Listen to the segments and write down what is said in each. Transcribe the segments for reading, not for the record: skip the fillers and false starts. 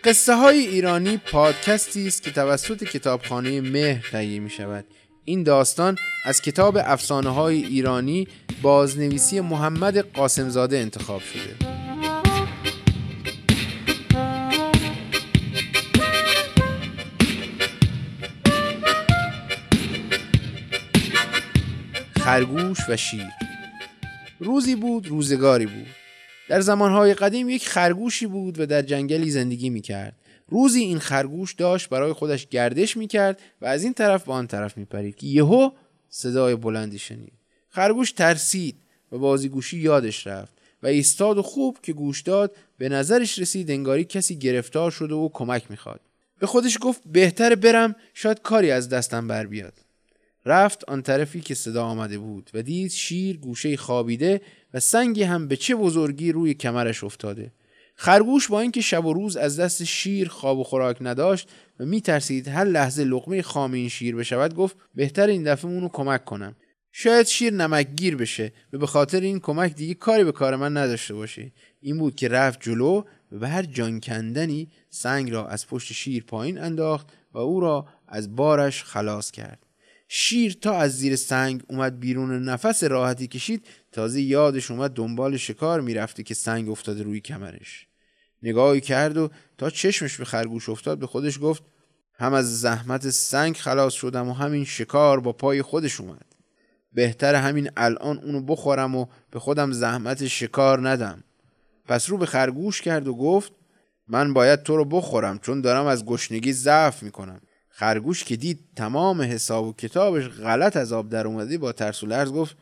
قصه های ایرانی پادکستی است که توسط کتابخانه مهر تهیه می شود. این داستان از کتاب افسانه های ایرانی بازنویسی محمد قاسمزاده انتخاب شده. خرگوش و شیر. روزی بود روزگاری بود. در زمانهای قدیم یک خرگوشی بود و در جنگلی زندگی میکرد. روزی این خرگوش داشت برای خودش گردش میکرد و از این طرف به آن طرف میپرید که یهو صدای بلندی شنید. خرگوش ترسید و بازیگوشی یادش رفت و ایستاد و خوب که گوش داد به نظرش رسید انگاری کسی گرفتار شده و کمک میخواد. به خودش گفت بهتره برم، شاید کاری از دستم بر بیاد. رفت آن طرفی که صدا آمده بود و دید شیر گوشه خوابیده و سنگی هم به چه بزرگی روی کمرش افتاده. خرگوش با اینکه شب و روز از دست شیر خواب و خوراک نداشت و میترسید هر لحظه لقمه خام این شیر بشود، گفت بهتر این دفعه اونو کمک کنم. شاید شیر نمکگیر بشه و به خاطر این کمک دیگه کاری به کار من نداشته باشه. این بود که رفت جلو و به هر جان کندنی سنگ را از پشت شیر پایین انداخت و او را از بارش خلاص کرد. شیر تا از زیر سنگ اومد بیرون، نفس راحتی کشید. تازه یادش اومد دنبال شکار میرفته که سنگ افتاده روی کمرش. نگاهی کرد و تا چشمش به خرگوش افتاد به خودش گفت هم از زحمت سنگ خلاص شدم و همین شکار با پای خودش اومد. بهتر همین الان اونو بخورم و به خودم زحمت شکار ندم. پس رو به خرگوش کرد و گفت من باید تو رو بخورم چون دارم از گشنگی ضعف میکنم. خرگوش که دید تمام حساب و کتابش غلط از آب در اومده با ترس و لرز گفت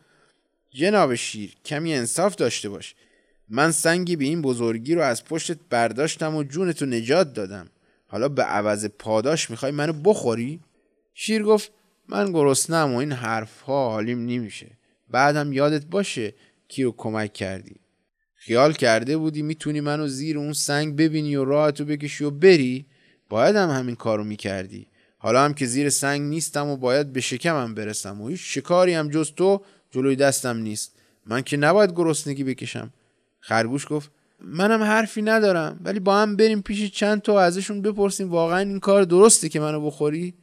جناب شیر کمی انصاف داشته باش. من سنگی به این بزرگی رو از پشتت برداشتم و جونتو نجات دادم. حالا به عوض پاداش میخوای منو بخوری؟ شیر گفت من گرسنه‌ام و این حرفها حالیم نمیشه. بعدم یادت باشه کیو کمک کردی. خیال کرده بودی میتونی منو زیر اون سنگ ببینی و راحتو بکشی و بری؟ باید هم همین کارو میکردی. حالا هم که زیر سنگ نیستم و باید به شکمم برسم و هیچ شکاری هم جز تو جلوی دستم نیست. من که نباید گرسنگی بکشم. خرگوش گفت منم حرفی ندارم، ولی با هم بریم پیش چند تا ازشون بپرسیم واقعا این کار درسته که منو بخوری؟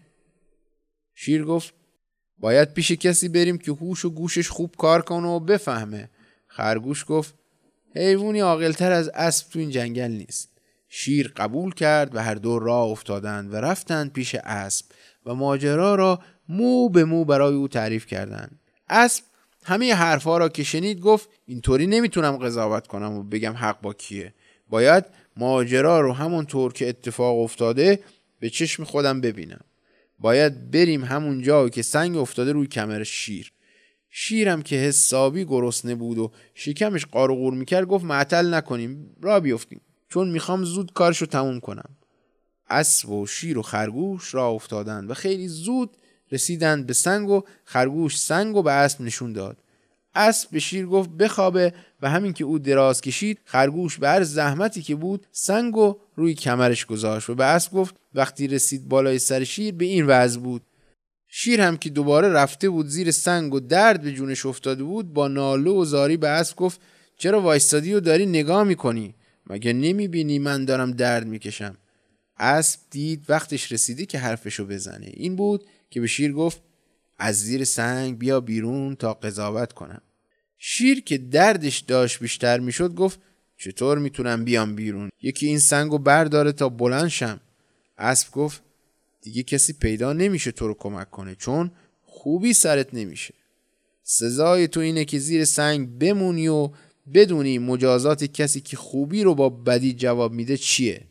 شیر گفت باید پیش کسی بریم که هوش و گوشش خوب کار کنه و بفهمه. خرگوش گفت حیوانی عاقل‌تر از اسب تو این جنگل نیست. شیر قبول کرد و هر دو راه افتادند و رفتند پیش اسب و ماجرا را مو به مو برای او تعریف کردند. اسب همه حرفا را که شنید گفت اینطوری نمیتونم قضاوت کنم و بگم حق با کیه. باید ماجرا رو همونطور که اتفاق افتاده به چشم خودم ببینم. باید بریم همون جایی که سنگ افتاده روی کمر شیر. شیرم که حسابی گرسنه بود و شکمش قار و قور میکرد گفت معطل نکنیم، راه بیفتیم چون میخوام زود کارشو تموم کنم. اسب و شیر و خرگوش راه افتادند و خیلی زود رسیدند به سنگ و خرگوش سنگو به اسب نشون داد. اسب به شیر گفت بخوابه و همین که او دراز کشید خرگوش به هر زحمتی که بود سنگو روی کمرش گذاشت و به اسب گفت وقتی رسید بالای سر شیر به این وضع بود. شیر هم که دوباره رفته بود زیر سنگ و درد به جونش افتاده بود با ناله و زاری به اسب گفت چرا وایستادی و داری نگاه میکنی؟ مگه نمیبینی من دارم درد میکشم؟ اسب دید وقتش رسیده که حرفشو بزنه. این بود که به شیر گفت از زیر سنگ بیا بیرون تا قضاوت کنم. شیر که دردش داشت بیشتر میشد گفت چطور میتونم بیام بیرون؟ یکی این سنگو برداره تا بلند شم. اسب گفت دیگه کسی پیدا نمیشه تو رو کمک کنه چون خوبی سرت نمیشه. سزای تو اینه که زیر سنگ بمونی و بدونی مجازات کسی که خوبی رو با بدی جواب میده چیه.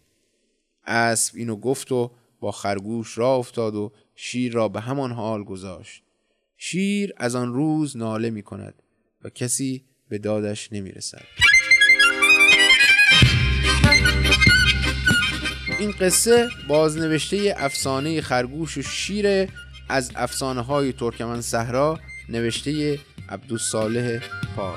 اسب اینو گفت و با خرگوش راه افتاد و شیر را به همان حال گذاشت. شیر از آن روز ناله می کند و کسی به دادش نمی رسد. این قصه بازنوشته افسانه خرگوش و شیر از افسانه های ترکمن صحرا نوشته عبدالصالح پاک.